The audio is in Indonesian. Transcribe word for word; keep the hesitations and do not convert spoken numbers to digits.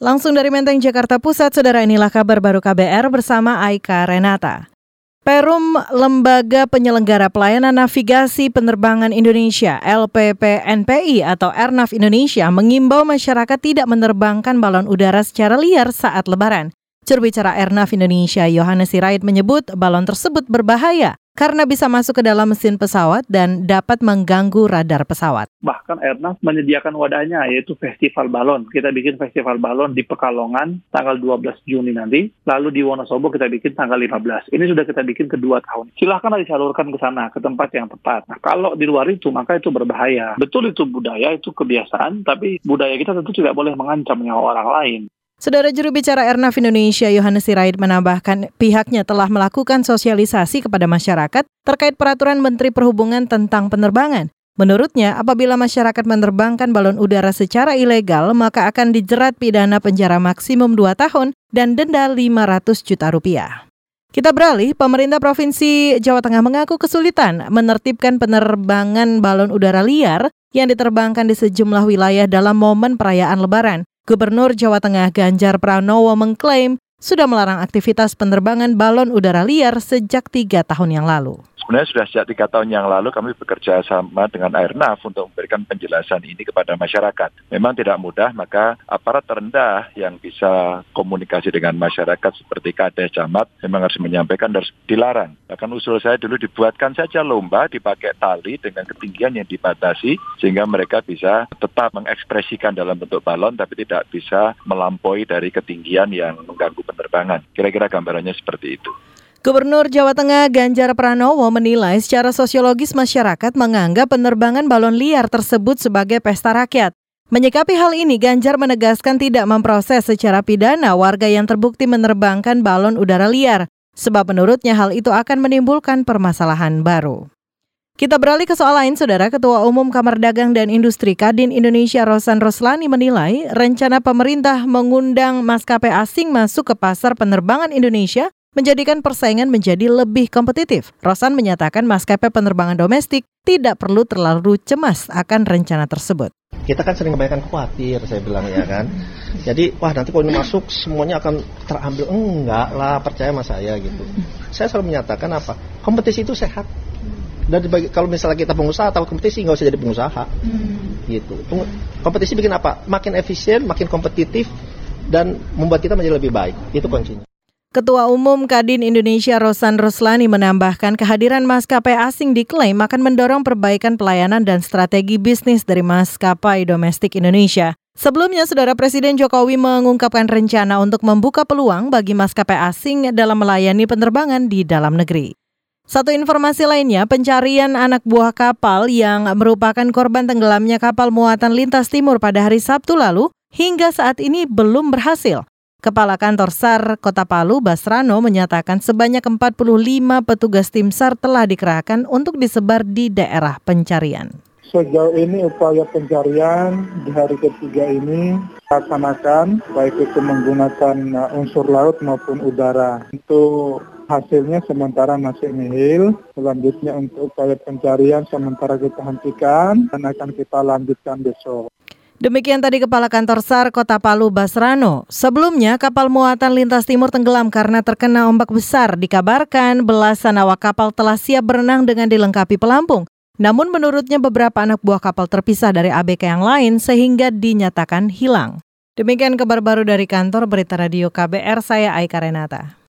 Langsung dari Menteng, Jakarta Pusat, saudara, inilah kabar baru K B R bersama Aika Renata. Perum Lembaga Penyelenggara Pelayanan Navigasi Penerbangan Indonesia L P P N P I atau Airnav Indonesia mengimbau masyarakat tidak menerbangkan balon udara secara liar saat Lebaran. Juru bicara Airnav Indonesia Yohanes Sirait menyebut balon tersebut berbahaya karena bisa masuk ke dalam mesin pesawat dan dapat mengganggu radar pesawat. Bahkan Airnav menyediakan wadahnya, yaitu festival balon. Kita bikin festival balon di Pekalongan tanggal dua belas Juni nanti, lalu di Wonosobo kita bikin tanggal lima belas. Ini sudah kita bikin kedua tahun. Silahkan disalurkan ke sana, ke tempat yang tepat. Nah, kalau di luar itu, maka itu berbahaya. Betul, itu budaya, itu kebiasaan, tapi budaya kita tentu tidak boleh mengancam nyawa orang lain. Saudara, juru bicara Airnav Indonesia Yohanes Sirait menambahkan pihaknya telah melakukan sosialisasi kepada masyarakat terkait peraturan Menteri Perhubungan tentang penerbangan. Menurutnya, apabila masyarakat menerbangkan balon udara secara ilegal, maka akan dijerat pidana penjara maksimum dua tahun dan denda lima ratus juta rupiah. Kita beralih, pemerintah Provinsi Jawa Tengah mengaku kesulitan menertibkan penerbangan balon udara liar yang diterbangkan di sejumlah wilayah dalam momen perayaan Lebaran. Gubernur Jawa Tengah Ganjar Pranowo mengklaim sudah melarang aktivitas penerbangan balon udara liar sejak tiga tahun yang lalu. Sebenarnya sudah sejak tiga tahun yang lalu kami bekerja sama dengan Airnav untuk memberikan penjelasan ini kepada masyarakat. Memang tidak mudah, maka aparat terendah yang bisa komunikasi dengan masyarakat seperti Kades Camat memang harus menyampaikan dan harus dilarang. Bahkan usul saya dulu dibuatkan saja lomba, dipakai tali dengan ketinggian yang dibatasi, sehingga mereka bisa tetap mengekspresikan dalam bentuk balon, tapi tidak bisa melampaui dari ketinggian yang mengganggu penerbangan. Kira-kira gambarannya seperti itu. Gubernur Jawa Tengah Ganjar Pranowo menilai secara sosiologis masyarakat menganggap penerbangan balon liar tersebut sebagai pesta rakyat. Menyikapi hal ini, Ganjar menegaskan tidak memproses secara pidana warga yang terbukti menerbangkan balon udara liar, sebab menurutnya hal itu akan menimbulkan permasalahan baru. Kita beralih ke soal lain, saudara. Ketua Umum Kamar Dagang dan Industri Kadin Indonesia Rosan Roslani menilai rencana pemerintah mengundang maskapai asing masuk ke pasar penerbangan Indonesia menjadikan persaingan menjadi lebih kompetitif. Rosan menyatakan maskapai penerbangan domestik tidak perlu terlalu cemas akan rencana tersebut. Kita kan sering kebanyakan khawatir, saya bilang ya kan. Jadi, wah nanti kalau ini masuk semuanya akan terambil. Enggak lah, percaya sama saya gitu. Saya selalu menyatakan apa? Kompetisi itu sehat. Dan dibagi, kalau misalnya kita pengusaha atau kompetisi, nggak usah jadi pengusaha. Gitu. Kompetisi bikin apa? Makin efisien, makin kompetitif, dan membuat kita menjadi lebih baik. Itu kuncinya. Ketua Umum Kadin Indonesia Rosan Roslani menambahkan kehadiran maskapai asing diklaim akan mendorong perbaikan pelayanan dan strategi bisnis dari maskapai domestik Indonesia. Sebelumnya, Saudara, Presiden Jokowi mengungkapkan rencana untuk membuka peluang bagi maskapai asing dalam melayani penerbangan di dalam negeri. Satu informasi lainnya, pencarian anak buah kapal yang merupakan korban tenggelamnya kapal muatan lintas timur pada hari Sabtu lalu hingga saat ini belum berhasil. Kepala Kantor SAR Kota Palu, Basrano, menyatakan sebanyak empat puluh lima petugas tim SAR telah dikerahkan untuk disebar di daerah pencarian. Sejauh ini upaya pencarian di hari ketiga ini dilaksanakan, baik itu menggunakan unsur laut maupun udara. Untuk hasilnya sementara masih nihil. Selanjutnya untuk upaya pencarian sementara kita hentikan dan akan kita lanjutkan besok. Demikian tadi Kepala Kantor SAR Kota Palu, Basrano. Sebelumnya, kapal muatan lintas timur tenggelam karena terkena ombak besar. Dikabarkan belasan awak kapal telah siap berenang dengan dilengkapi pelampung. Namun menurutnya beberapa anak buah kapal terpisah dari A B K yang lain sehingga dinyatakan hilang. Demikian kabar baru dari kantor Berita Radio K B R, saya Aika Renata.